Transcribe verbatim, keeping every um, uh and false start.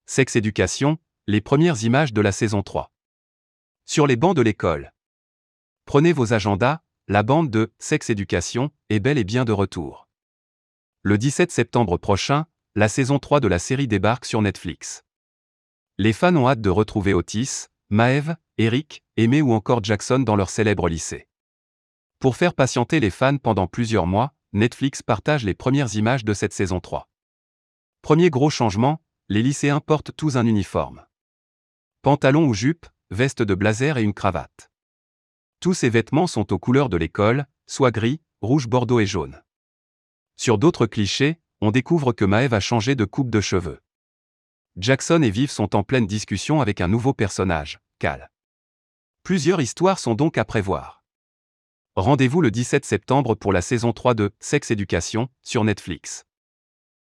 Sex Education, les premières images de la saison trois. Sur les bancs de l'école. Prenez vos agendas, la bande de Sex Education est bel et bien de retour. Le dix-sept septembre prochain, la saison trois de la série débarque sur Netflix. Les fans ont hâte de retrouver Otis, Maeve, Eric, Aimee ou encore Jackson dans leur célèbre lycée. Pour faire patienter les fans pendant plusieurs mois, Netflix partage les premières images de cette saison trois. Premier gros changement, les lycéens portent tous un uniforme. Pantalon ou jupe, veste de blazer et une cravate. Tous ces vêtements sont aux couleurs de l'école, soit gris, rouge, bordeaux et jaune. Sur d'autres clichés, on découvre que Maeve a changé de coupe de cheveux. Jackson et Viv sont en pleine discussion avec un nouveau personnage, Cal. Plusieurs histoires sont donc à prévoir. Rendez-vous le dix-sept septembre pour la saison trois de Sex Education sur Netflix.